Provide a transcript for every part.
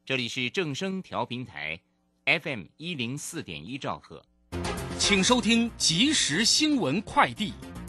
这里是正声调频台 FM104.1兆赫， 请收听即时新闻快递。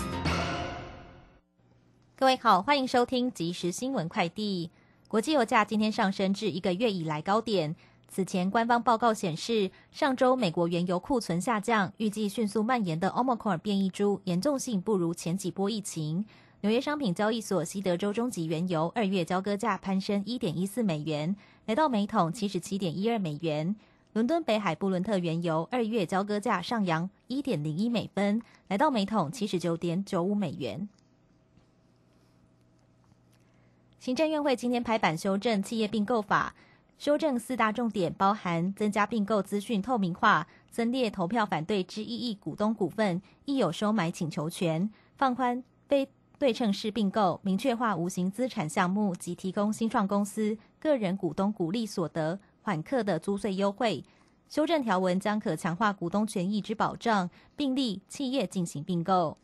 各位好，欢迎收听即时新闻快递。国际油价今天上升至1个月以来高点。此前官方报告显示，上周美国原油库存下降，预计迅速蔓延的 Omicron 变异株严重性不如前几波疫情。纽约商品交易所西德州中级原油2月交割价攀升 1.14 美元，来到每桶 77.12 美元。伦敦北海布伦特原油2月交割价上扬 1.01 美分，来到每桶 79.95 美元。行政院会今天拍板修正企业并购法，修正4大重点，包含增加并购资讯透明化，增列投票反对之异议股东股份亦有收买请求权，放宽非对称式并购，明确化无形资产项目及提供新创公司个人股东股利所得缓课的租税优惠。修正条文将可强化股东权益之保障，并利企业进行并购。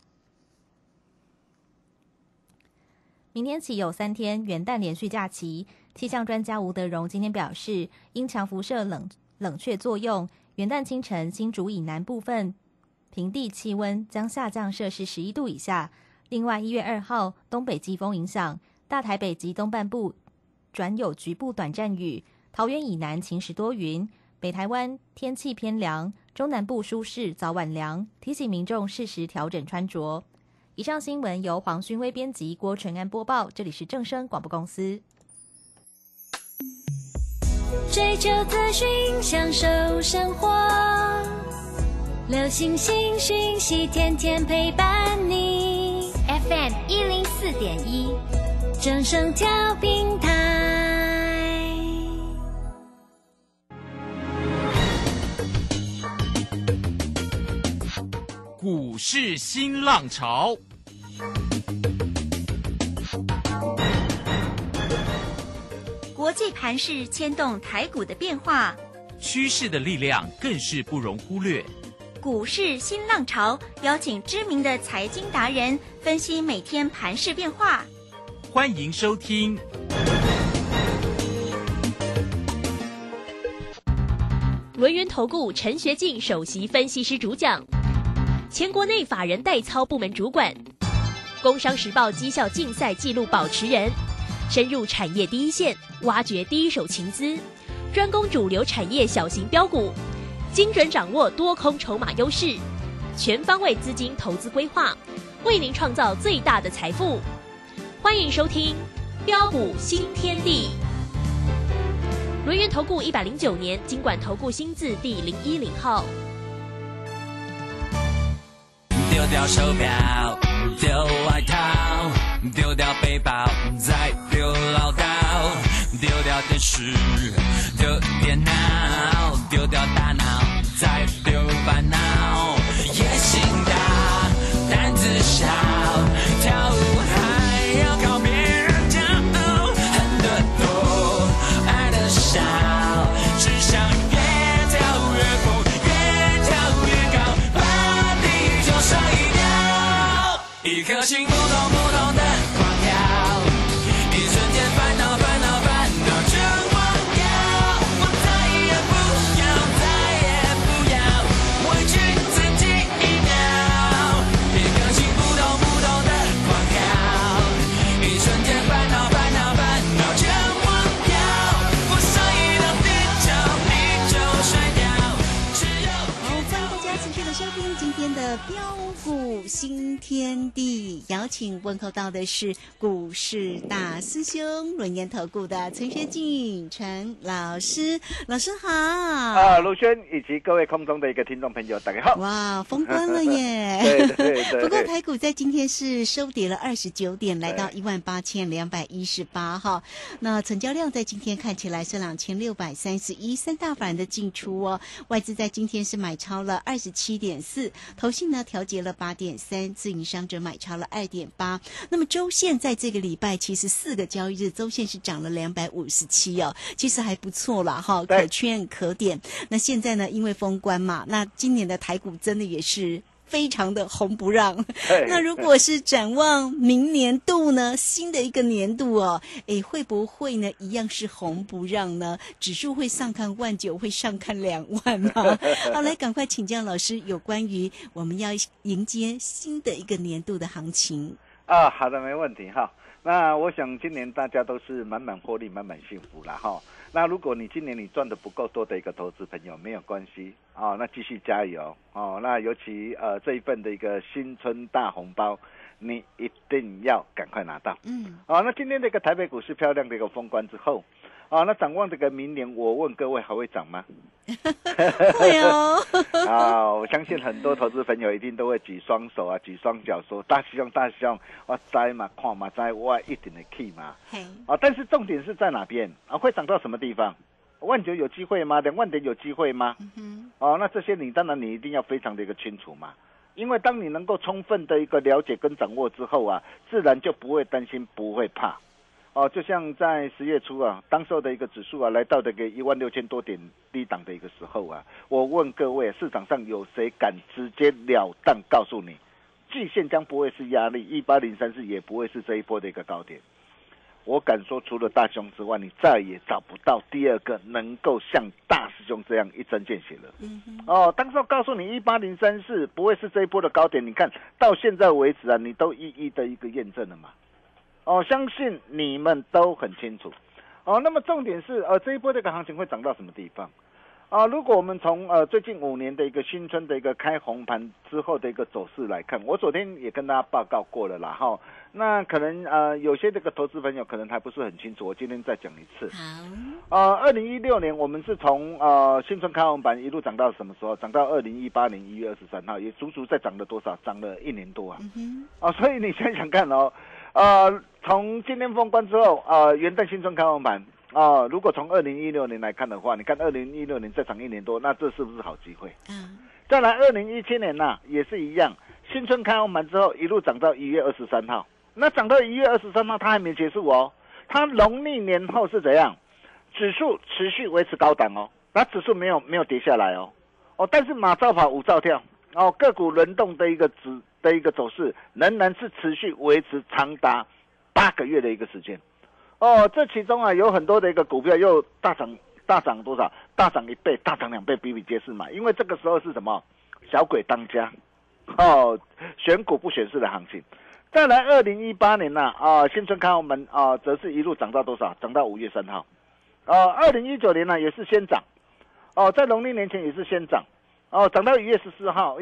明天起有3天元旦连续假期，气象专家吴德荣今天表示，因强辐射冷却作用，元旦清晨新竹以南部分平地气温将下降摄氏11度以下。另外1月2号东北季风影响，大台北及东半部转有局部短暂雨，桃园以南晴时多云，北台湾天气偏凉，中南部舒适早晚凉，提醒民众适时调整穿着。以上新闻由黄勋威编辑，郭纯安播报，这里是正声广播公司。 追求资讯，享受生活，流行新讯息，天天陪伴你。FM104.1，正声调频台。 股市新浪潮， 国际盘势牵动台股的变化， 趋势的力量更是不容忽略。 股市新浪潮邀请知名的财经达人分析每天盘势变化。 欢迎收听轮源投顾陈学进首席分析师主讲，前国内法人代操部门主管，工商时报绩效竞赛纪录保持人，深入产业第一线，挖掘第一手情资，专攻主流产业小型标股，精准掌握多空筹码优势，全方位资金投资规划，为您创造最大的财富。欢迎收听标股新天地。轮源投顾109年金管投顾新字第010号。 丢掉手表，丢外套，丢掉背包，再丢唠叨，丢掉电视，丢电脑，丢掉大脑，再丢烦恼。野心大，胆子小，跳舞还要靠别人骄傲，恨得多，爱得少，只想越跳越疯，越跳越高，把地球甩掉。一颗心扑通扑通的狂跳，一瞬间烦恼烦恼烦恼全忘掉。我再也不要，再也不要委屈自己一秒。一颗心扑通扑通的狂跳，一瞬间烦恼烦恼烦恼全忘掉。我舍一到地球，地球甩掉，只有欢迎大家持续的收听今天的标股新天地，邀请问候到的是股市大师兄轮研投顾的陈学进陈老师，老师好。 卢轩以及各位空中的一个听众朋友，大家好。 哇，封关了耶！ 对。 不过台股在今天是收跌了29点，来到18218哈。那成交量在今天看起来是2631，三大法人的进出哦。外资在今天是买超了27.4，投信呢调节了8.3，自营商则买超了2.8。那么周线在这个礼拜其实4个交易日周线是涨了257哦，其实还不错啦哈，可圈可点。那现在呢，因为封关嘛，那今年的台股真的也是非常的红不让。 对那如果是展望明年度呢，新的一个年度哦，会不会呢一样是红不让呢？指数会上看19000，会上看2万吗？好，来赶快请教老师有关于我们要迎接新的一个年度的行情。 好的，没问题哈。那我想今年大家都是满满获利、满满幸福啦哈。那如果你今年你赚的不够多的一个投资朋友，没有关系哦，那继续加油哦。那尤其这一份的一个新春大红包，你一定要赶快拿到。那今天这个台北股市漂亮的一个封关之后，那展望这个明年，我问各位还会涨吗？ 会哦。 我相信很多投资朋友一定都会举双手啊，举双脚说：“大师兄，大师兄，我知嘛，看嘛，知我一定会去嘛。”但是重点是在哪边？会涨到什么地方？19000有机会吗？2万点有机会吗？那这些当然你一定要非常的一个清楚嘛。因为当你能够充分的一个了解跟掌握之后啊，自然就不会担心，不会怕。就像在10月初啊，当时候的一个指数啊，来到这个16000多点低档的一个时候啊，我问各位，市场上有谁敢直截了当告诉你，季线将不会是压力，18034也不会是这一波的一个高点？我敢说，除了大师兄之外，你再也找不到第二个能够像大师兄这样一针见血了。当时候告诉你18034不会是这一波的高点，你看到现在为止啊，你都一一的一个验证了嘛。相信你们都很清楚。那么重点是这一波这个行情会涨到什么地方？如果我们从最近5年的一个新春的一个开红盘之后的一个走势来看，我昨天也跟大家报告过了啦哈。那可能有些这个投资朋友可能还不是很清楚，我今天再讲一次。2016年我们是从新春开红盘一路涨到什么时候？涨到2018年1月23号，也足足再涨了多少？涨了1年多啊。所以你想想看从今天封关之后元旦新春开红盘如果从2016年来看的话，你看2016年再涨1年多，那这是不是好机会？再来2017年也是一样，新春开红盘之后一路涨到1月23号，那涨到1月23号它还没结束它农历年后是怎样？指数持续维持高档那指数没有跌下来但是马照跑舞照跳个股轮动的一个走势仍然是持续维持长达8个月的一个时间这其中有很多的一个股票又大涨多少？大涨1倍，大涨2倍，比比皆是嘛。因为这个时候是什么？小鬼当家选股不选市的行情。再来2018年新春开红盘则是一路涨到多少？涨到5月3号。2019年也是先涨在农历年前也是先涨涨到1月14号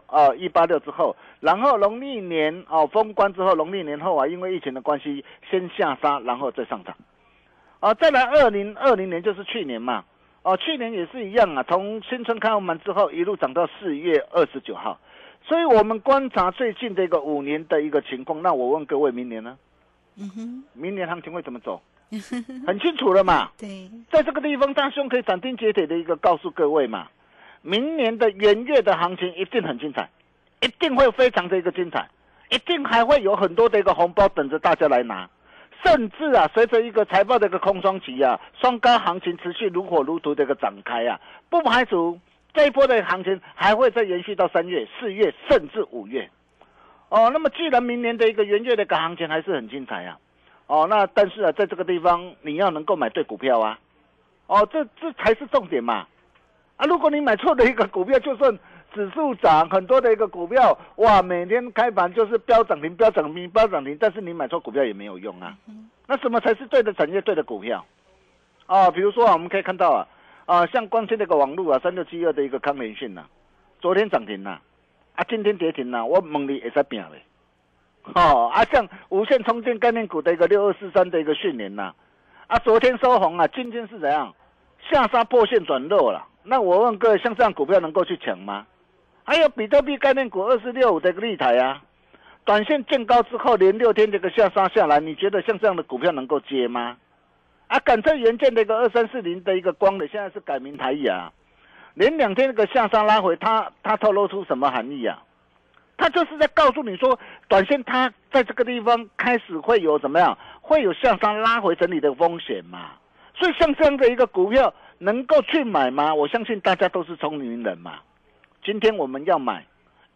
12186之后，然后农历年封关之后，农历年后因为疫情的关系先下杀，然后再上涨再来2020年就是去年嘛去年也是一样从新春开红盘之后一路涨到4月29号，所以我们观察最近的一个5年的一个情况，那我问各位，明年呢？明年行情会怎么走？很清楚了嘛。 对， 在这个地方大兄可以斩钉截铁的一个告诉各位嘛，明年的元月的行情一定很精彩，一定会非常的一个精彩，一定还会有很多的一个红包等着大家来拿，甚至随着一个财报的一个空窗期双高行情持续如火如荼的一个展开不排除这一波的行情还会再延续到3月、4月甚至5月那么既然明年的一个元月的一个行情还是很精彩那但是在这个地方你要能够买对股票这才是重点嘛如果你买错的一个股票，就算指数涨很多的一个股票每天开盘就是飙涨停飙涨停飙涨停，但是你买错股票也没有用那什么才是对的产业对的股票比如说我们可以看到像光纤的一个网络3672的一个康联讯昨天涨停今天跌停我问你会使拼嘞像无线充电概念股的一个6243的一个讯联昨天收红今天是怎样？下杀破线转弱了。那我问各位，像这样股票能够去抢吗？还有比特币概念股2465的一个立台短线见高之后连6天这个下杀下来，你觉得像这样的股票能够接吗？感测元件的一个2340的一个光的现在是改名台亚连2天那个下杀拉回，它透露出什么含义它就是在告诉你说，短线它在这个地方开始会有怎么样，会有向上拉回整理的风险嘛。所以像这样的一个股票能够去买吗？我相信大家都是聪明人嘛。今天我们要买，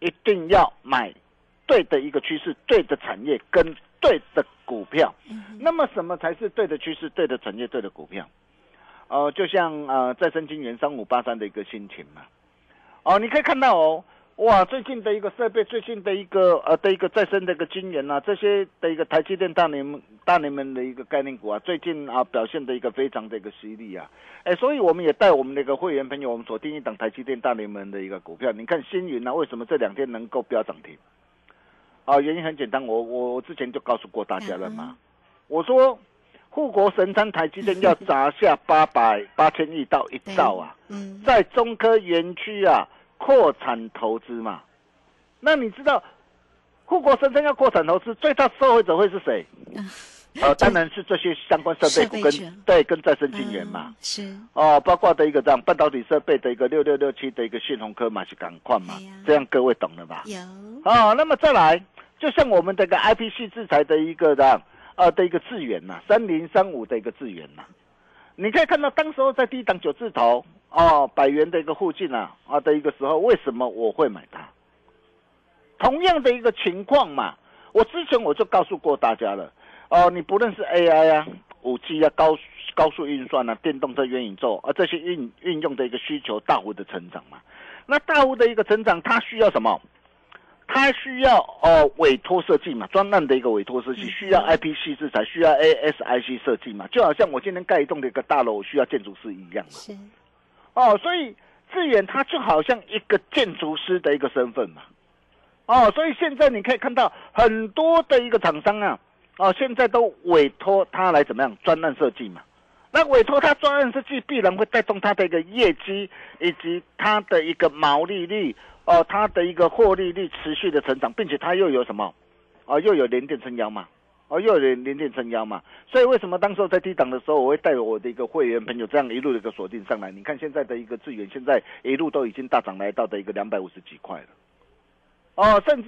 一定要买对的一个趋势、对的产业跟对的股票。那么什么才是对的趋势、对的产业、对的股票？就像再生晶圆3583的一个心情嘛。你可以看到哦，哇，最近的一个设备，最近的一个再生的一个晶圆啊，这些的一个台积电大联盟的一个概念股啊，最近表现的一个非常的一个犀利啊。所以我们也带我们的一个会员朋友，我们锁定一档台积电大联盟的一个股票。你看星云啊，为什么这2天能够飙涨停？原因很简单，我之前就告诉过大家了嘛。我说护国神山台积电要砸下8000亿到1兆啊，在中科园区啊扩产投资嘛。那你知道护国神山要扩产投资，最大受惠者会是谁？当然是这些相关设备股跟再生晶圆嘛。是包括的一个这样半导体设备的一个6667的一个信鸿科嘛，是赶快嘛，这样各位懂了吧？有那么再来，就像我们这个 IPC 制裁的一个的一个智原呐，3035的一个智原呐，你可以看到当时候在低档9字头100元的一个附近的一个时候，为什么我会买它？同样的一个情况嘛，我之前我就告诉过大家了。你不论是 AI 啊、5G 啊、高速运算啊、电动车、元宇宙这些运用的一个需求大幅的成长嘛。那大幅的一个成长，它需要什么？它需要委托设计嘛，专案的一个委托设计，需要 IPC 制裁，需要 ASIC 设计嘛，就好像我今天盖一栋的一个大楼，我需要建筑师一样嘛。是。所以智原它就好像一个建筑师的一个身份嘛。所以现在你可以看到很多的一个厂商啊。现在都委托他来怎么样专案设计嘛？那委托他专案设计，必然会带动他的一个业绩以及他的一个毛利率，他的一个获利率持续的成长，并且他又有什么？又有连电撑腰嘛？又有连电撑腰嘛？所以为什么当时候在低档的时候，我会带我的一个会员朋友这样一路的一个锁定上来？你看现在的一个智原，现在一路都已经大涨来到的一个250几块了。甚至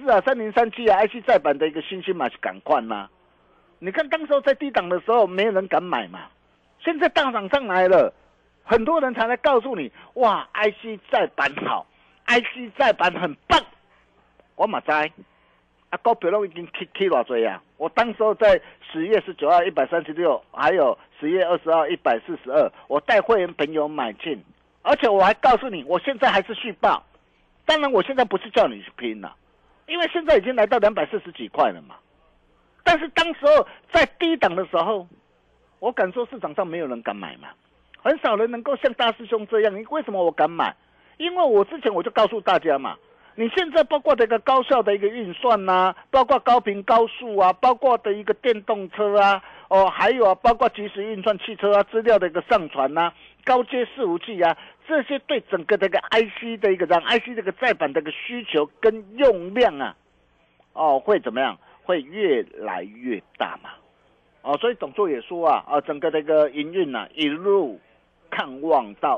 3037IC 载板的一个新兴嘛是赶快啦。你看当时候在低档的时候没人敢买嘛，现在大涨上来了，很多人才来告诉你，哇 IC 载板好， IC 载板很棒。我嘛知股票都已经起多少啊，我当时候在10月19号136，还有10月20号142，我带会员朋友买进，而且我还告诉你我现在还是续报。当然我现在不是叫你去拼了，因为现在已经来到240几块了嘛。但是当时候在低档的时候，我敢说市场上没有人敢买嘛，很少人能够像大师兄这样。为什么我敢买？因为我之前我就告诉大家嘛，你现在包括的一个高效的一个运算啊，包括高频高速啊，包括的一个电动车啊，还有包括即时运算汽车啊，资料的一个上传啊，高阶伺服器啊，这些对整个这个 IC 的一个IC 这个载板的一个需求跟用量啊，会怎么样？会越来越大嘛，所以董座也说整个这个营运一路看望到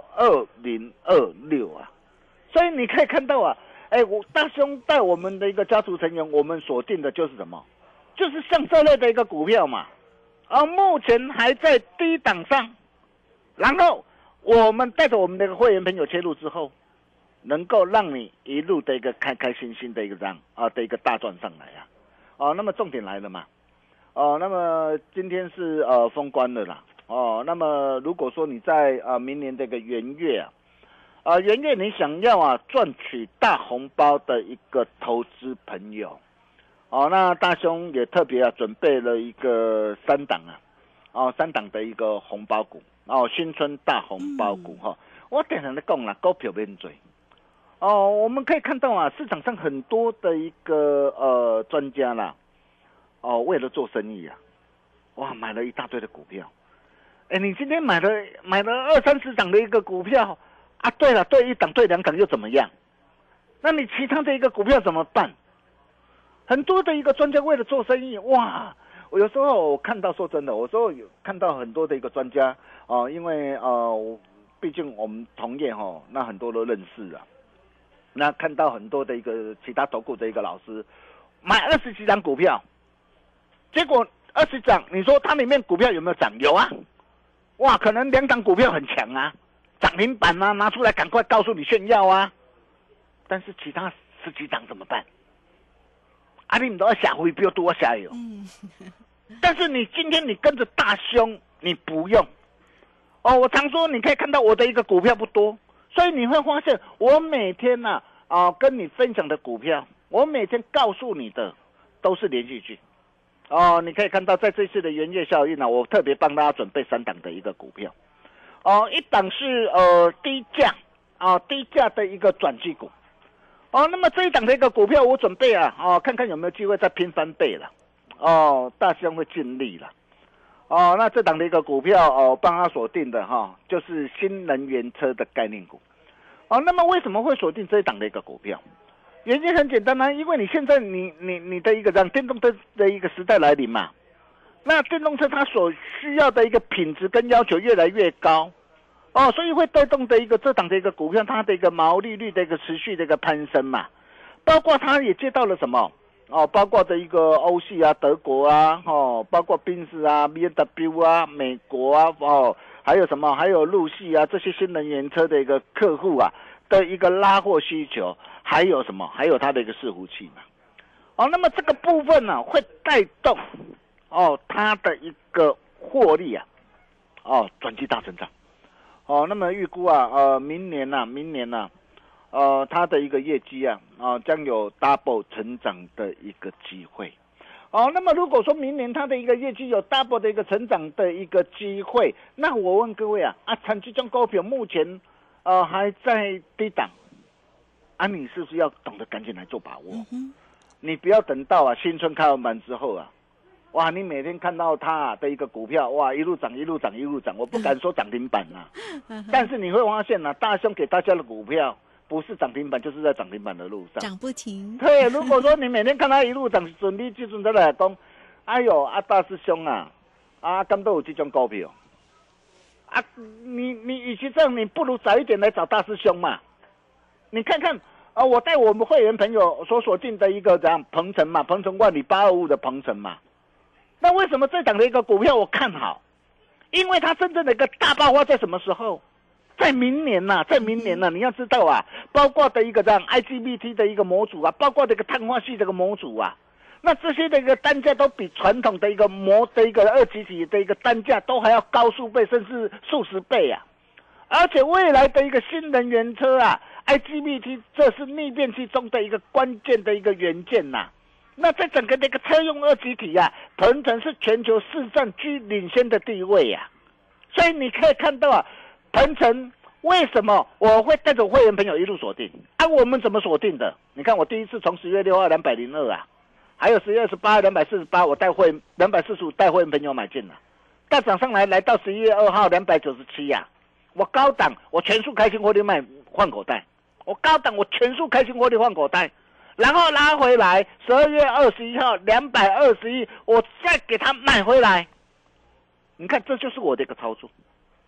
2026啊，所以你可以看到我大兄带我们的一个家族成员，我们锁定的就是什么？就是像这类的一个股票嘛，目前还在低档上，然后我们带着我们的一个会员朋友切入之后，能够让你一路的一个开开心心的一个这样的一个大赚上来啊。那么重点来了嘛，那么今天是封关了啦，那么如果说你在明年这个元月元月你想要赚取大红包的一个投资朋友，那大兄也特别准备了一个3档3档的一个红包股新春大红包股我等下来讲啦，股票免追。我们可以看到市场上很多的一个专家啦，为了做生意哇，买了一大堆的股票。你今天买了20-30档的一个股票对了，对1档对2档又怎么样？那你其他的一个股票怎么办？很多的一个专家为了做生意，哇，我有时候我看到，说真的，我说有看到很多的一个专家因为毕竟我们同业那很多都认识那看到很多的一个其他投顾的一个老师买20几张股票，结果20张，你说它里面股票有没有涨？有啊，哇，可能2档股票很强涨停板拿出来赶快告诉你炫耀但是其他 50几档怎么办？啊，你们都要下回标，都要下游。但是你今天你跟着大兄，你不用。我常说你可以看到我的一个股票不多，所以你会发现我每天跟你分享的股票，我每天告诉你的都是连续剧。你可以看到在这次的元月效应我特别帮大家准备3档的一个股票。一档是低价的一个转机股。那么这一档的一个股票我准备看看有没有机会再拼翻倍了。大兄会尽力了。那这档的一个股票帮他锁定的就是新能源车的概念股。那么为什么会锁定这一档的一个股票？原因很简单因为你现在你的一个让电动车的一个时代来临嘛，那电动车它所需要的一个品质跟要求越来越高，所以会带动的一个这档的一个股票，它的一个毛利率的一个持续的一个攀升嘛，包括它也接到了什么包括的一个欧系德国包括宾士BMW美国还有什么，还有陆系这些新能源车的一个客户的一个拉货需求，还有什么，还有它的一个伺服器嘛。那么这个部分会带动它的一个获利转机大成长。那么预估明年它的一个业绩将有 double 成长的一个机会。那么如果说明年它的一个业绩有 double 的一个成长的一个机会，那我问各位像这种股票目前还在低档你是不是要懂得赶紧来做把握？你不要等到新春开完盘之后哇，你每天看到它的一个股票哇一路涨，我不敢说涨停板但是你会发现大兄给大家的股票不是涨停板就是在涨停板的路上涨不停。 对，如果说你每天看它一路涨，准你记住再来讲，哎呦大师兄敢都有这种股票你与其这样，你不如早一点来找大师兄嘛。你看看我带我们会员朋友所锁定的一个鹏程嘛，鹏程万里825的鹏程嘛。那为什么这档的一个股票我看好？因为它真正的一个大爆发在什么时候？在明年你要知道包括的一个IGBT 的一个模组包括的一个碳化系的一个模组那这些的一个单价都比传统的一个的一个2极体的一个单价都还要高数倍，甚至数十倍而且未来的一个新能源车IGBT 这是逆变器中的一个关键的一个元件那在整个的一个车用2极体鹏程是全球市占居领先的地位所以你可以看到鹏程为什么我会带着会员朋友一路锁定我们怎么锁定的？你看我第一次从10月6号202还有10月28号248，我带会245带会员朋友买进大涨上来到11月2号297我高档我全数开心获利卖换口袋，我高档我全数开心获利换口袋，然后拉回来12月21号221，我再给他买回来。你看这就是我的一个操作，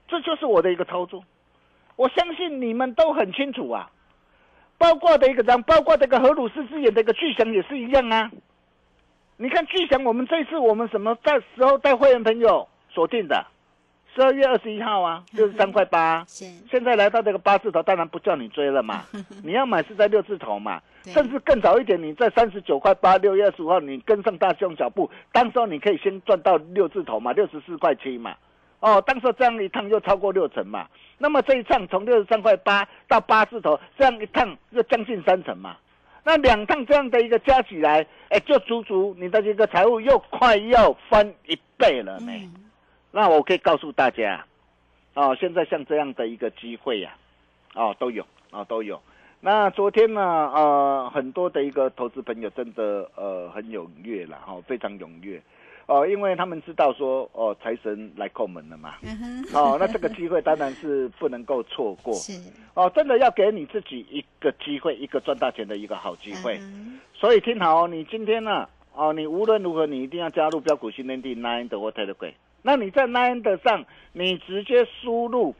我相信你们都很清楚包括的一个荷鲁斯之眼的一个巨翔也是一样你看巨翔我们这次我们什么在时候带会员朋友锁定的12月21号63块8，现在来到这个8字头，当然不叫你追了嘛你要买是在6字头嘛，甚至更早一点，你在39块8 6月25号你跟上大兄脚步，当时候你可以先赚到6字头嘛，64块7嘛当时这样一趟又超过6成嘛，那么这一趟从63块8到8字头，这样一趟又将近3成嘛，那2趟这样的一个加起来就足足你的这个财务又快要翻1倍了呢那我可以告诉大家现在像这样的一个机会都有那昨天很多的一个投资朋友真的很踊跃了非常踊跃因为他们知道说财神来叩门了嘛那这个机会当然是不能够错过真的要给你自己一个机会，一个赚大钱的一个好机会所以听好你今天你无论如何你一定要加入标股训练地 9 的 Telegram， 那你在 9 上你直接输入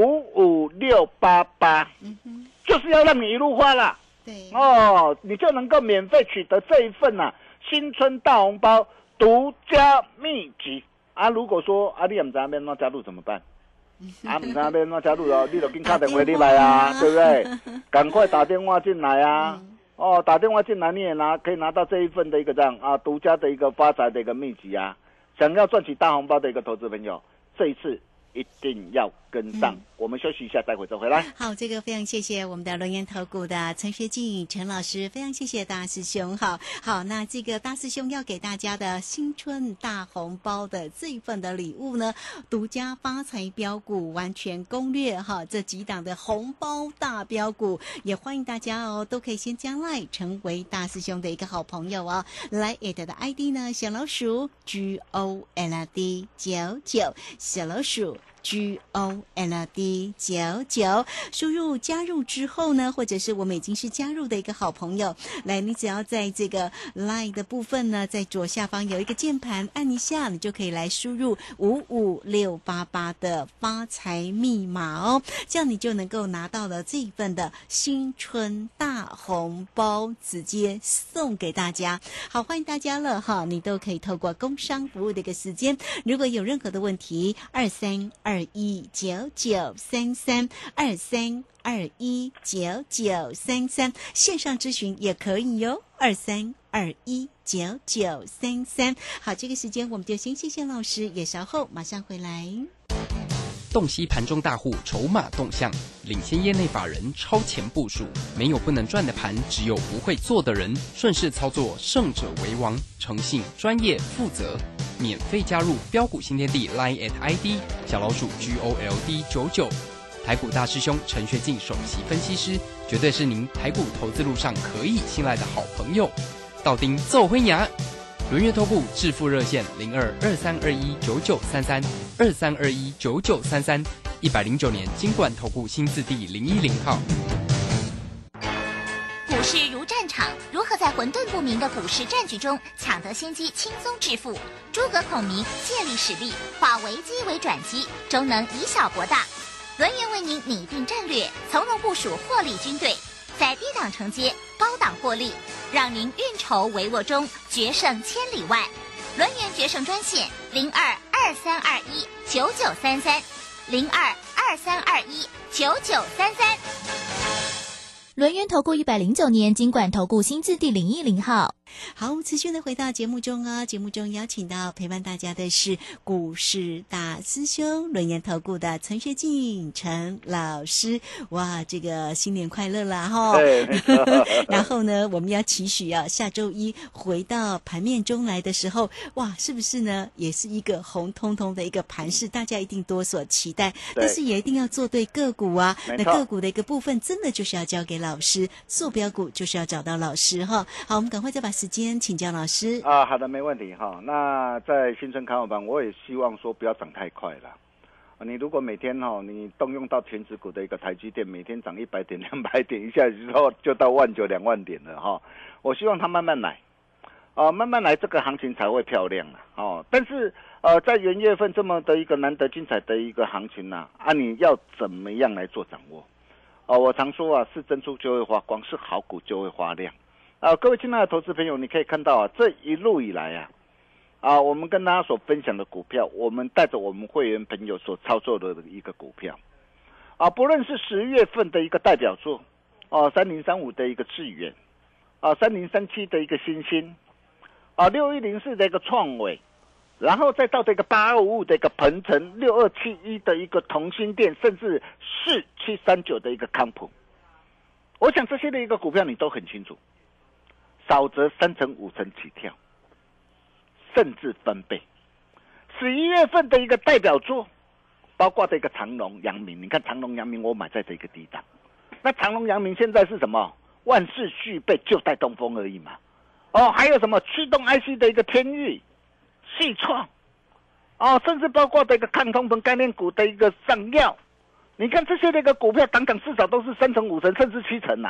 55688就是要让你一路花啦你就能够免费取得这一份新春大红包独家秘籍如果说你不知道要怎么加入怎么办不知道要怎么加入你就赶快打电话进来对不对赶快打电话进来打电话进来你也可以拿到这一份的一个这样独家的一个发财的一个秘籍啊！想要赚取大红包的一个投资朋友，这一次一定要跟上。我们休息一下，待会再回来。 好，这个非常谢谢我们的轮研投顾的陈学进陈老师，非常谢谢大师兄。好，那这个大师兄要给大家的新春大红包的这一份的礼物呢，独家发财标股完全攻略这几档的红包大标股，也欢迎大家都可以先加 LINE 成为大师兄的一个好朋友来 at 的 ID 呢，小老鼠 GOLD99， 小老鼠GOLD99， 输入加入之后呢，或者是我们已经是加入的一个好朋友，来，你只要在这个 LINE 的部分呢，在左下方有一个键盘，按一下，你就可以来输入55688的发财密码这样你就能够拿到了这一份的新春大红包，直接送给大家。好，欢迎大家了你都可以透过工商服务的一个时间，如果有任何的问题，23219933，23219933，线上咨询也可以哟，23219933。好，这个时间我们就先谢谢老师，也稍后马上回来。 洞悉盘中大户筹码动向，领先业内法人超前部署，没有不能赚的盘，只有不会做的人。顺势操作，胜者为王。诚信、专业、负责，免费加入标股新天地 LINE at ID 小老鼠 GOLD99。台股大师兄陈学进首席分析师，绝对是您台股投资路上可以信赖的好朋友。道丁奏辉牙。轮元投顾致富热线02-2321-9933，2321-9933，109年金管投顾新字第010号。 股市如战场，如何在混沌不明的股市战局中抢得先机，轻松致富？诸葛孔明借力使力，化危机为转机，终能以小博大。轮元为您拟定战略，从容部署获利军队，在低档承接，高档获利，让您运筹帷幄中决胜千里外。轮元决胜专线02-2321-9933，02-2321-9933。 轮元投顾109年金管投顾新字第010号。 好，持续的回到节目中节目中邀请到陪伴大家的是股市大师兄轮研投顾的陈学进陈老师。哇，这个新年快乐啦然后呢，我们要期许下周一回到盘面中来的时候，哇，是不是呢也是一个红彤彤的一个盘势，大家一定多所期待，但是也一定要做对个股那个股的一个部分真的就是要交给老师，做标股就是要找到老师好，我们赶快再把时间请教老师好的，没问题那在新春开红盘，我也希望说不要涨太快了。你如果每天你动用到全指股的一个台积电，每天涨100点、200点，一下子之后就到19000、20000点了我希望它慢慢来慢慢来，这个行情才会漂亮但是在元月份这么的一个难得精彩的一个行情你要怎么样来做掌握我常说是珍珠就会发光，是好股就会发亮各位亲爱的投资朋友，你可以看到这一路以来我们跟大家所分享的股票，我们带着我们会员朋友所操作的一个股票不论是10月份的一个代表作3035的一个智原3037的一个新兴6104的一个创伟，然后再到这个8255的一个鹏程，6271的一个同心店，甚至4739的一个康普，我想这些的一个股票你都很清楚，少则3成5成起跳，甚至翻倍。11月份的一个代表作，包括这个长荣、阳明，你看长荣、阳明我买在这个低档，那长荣、阳明现在是什么？万事俱备，就带东风而已嘛。还有什么驱动 IC 的一个天钰、细创，甚至包括这个抗通膨概念股的一个上药，你看这些的一个股票，档档至少都是3成5成，甚至7成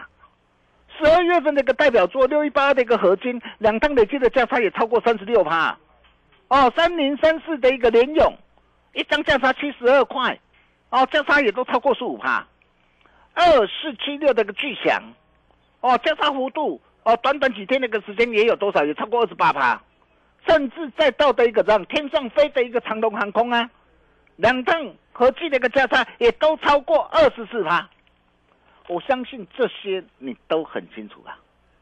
12月份的一个代表作6188的一个合金，两趟累计的价差也超过36%。3034的一个联咏，一张价差72块，价差也都超过15%。2476的一个巨响，价差幅度短短几天那个时间也有多少？也超过28%。甚至再到的一个让天上飞的一个长荣航空两趟合计的一个价差也都超过24%。我相信这些你都很清楚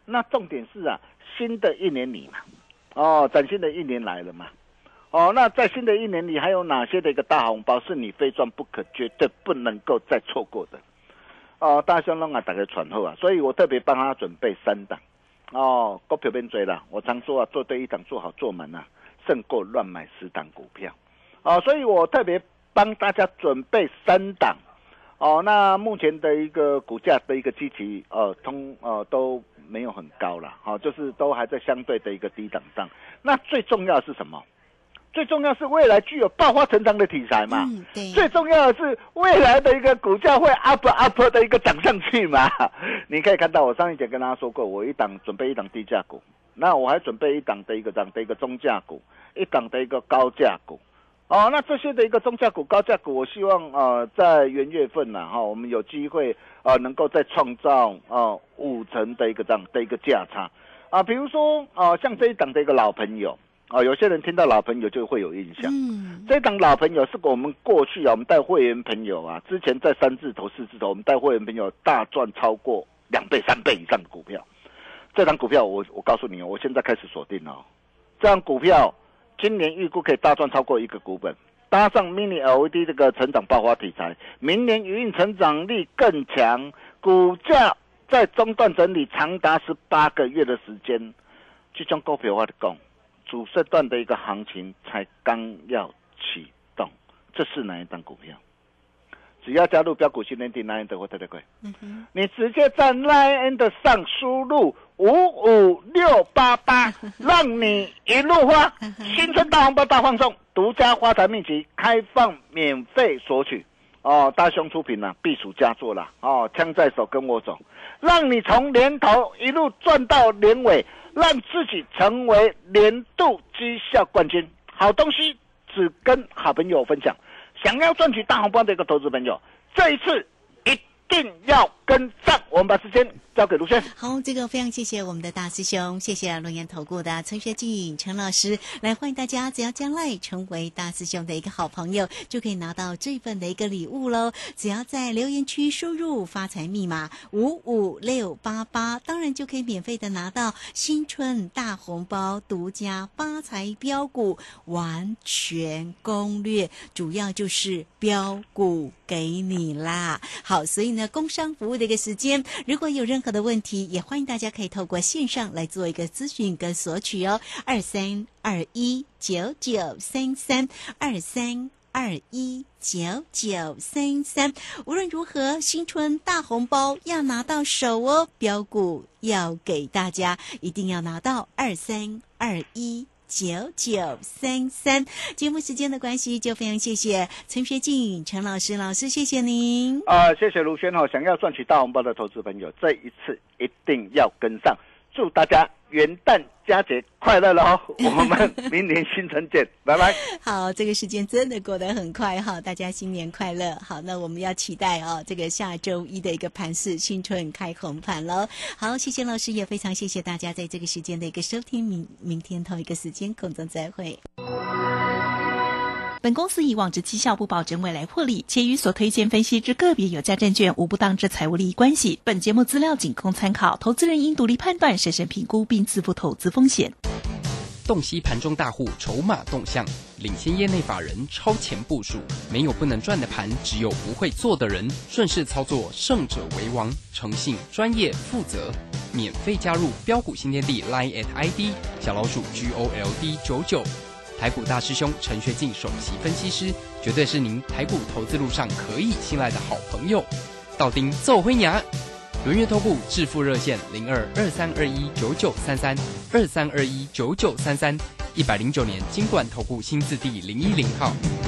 那重点是啊，新的一年里嘛，崭新的一年来了嘛，那在新的一年里还有哪些的一个大红包是你非赚不可、绝对不能够再错过的？大兄拢啊大家传后啊，所以我特别帮他准备3档，股票变追了，我常说啊，做对一档做好做满啊，胜过乱买10档股票，所以我特别帮大家准备3档。那目前的一个股价的一个基期，都没有很高了，就是都还在相对的一个低档上。那最重要的是什么？最重要是未来具有爆发成长的题材嘛。最重要的是未来的一个股价会 up 的一个涨上去嘛。你可以看到我上一节跟大家说过，我准备一档低价股，那我还准备一档的一个中价股，一档的一个高价股。那这些的一个中价股、高价股，我希望在元月份我们有机会能够再创造5成的一个这样的一个价差比如说像这一档的一个老朋友有些人听到老朋友就会有印象。这一档老朋友是我们过去我们带会员朋友之前在3字头、4字头，我们带会员朋友大赚超过2倍、3倍以上的股票。这档股票我告诉你我现在开始锁定了这档股票。今年预估可以大赚超过1个股本，搭上 Mini LED 这个成长爆发题材，明年营运成长力更强，股价在中段整理长达18个月的时间。这种股票我的讲，主升段的一个行情才刚要启动，这是哪一档股票？只要加入标股训练营 LINE 或特别贵，你直接在 LINE 上输入55688，让你一路花。新春大红包大放送，独家发财秘籍开放免费索取大兄出品避暑佳作啦枪在手跟我走，让你从年头一路赚到年尾，让自己成为年度绩效冠军。好东西只跟好朋友分享。想要赚取大红包的一个投资朋友，这一次一定要跟上。我们把时间交给卢轩。 好，这个非常谢谢我们的大师兄，谢谢龙岩投顾的陈学进陈老师，来欢迎大家，只要将来成为大师兄的一个好朋友，就可以拿到这份的一个礼物喽。只要在留言区输入发财密码55688，当然就可以免费的拿到新春大红包独家发财标股完全攻略，主要就是标股给你啦。好，所以呢，工商服务的一个时间，如果有任何的问题，也欢迎大家可以透过线上来做一个咨询跟索取哦。2321993323219933，无论如何，新春大红包要拿到手哦，标股要给大家，一定要拿到23219933。节目时间的关系，就非常谢谢陈学进陈老师，谢谢您。 谢谢卢轩想要赚取大红包的投资朋友，这一次一定要跟上。祝大家元旦佳节快乐了我们明年新春见，拜拜。 好，这个时间真的过得很快大家新年快乐。好，那我们要期待这个下周一的一个盘势，新春开红盘喽。好，谢谢老师，也非常谢谢大家在这个时间的一个收听，明天同一个时间空中再会。 本公司以往之绩效不保证未来获利，且与所推荐分析之个别有价证券无不当之财务利益关系。本节目资料仅供参考，投资人应独立判断、审慎评估并自负投资风险。 洞悉盘中大户筹码动向，领先业内法人超前部署，没有不能赚的盘，只有不会做的人。顺势操作，胜者为王。诚信、专业、负责。免费加入标股新天地 LINE ID 小老鼠 GOLD99。台股大师兄陈学进首席分析师，绝对是您台股投资路上可以信赖的好朋友。到丁奏辉牙，轮月投顾致富热线0223219933，23219933，109年金管投顾新字第010号。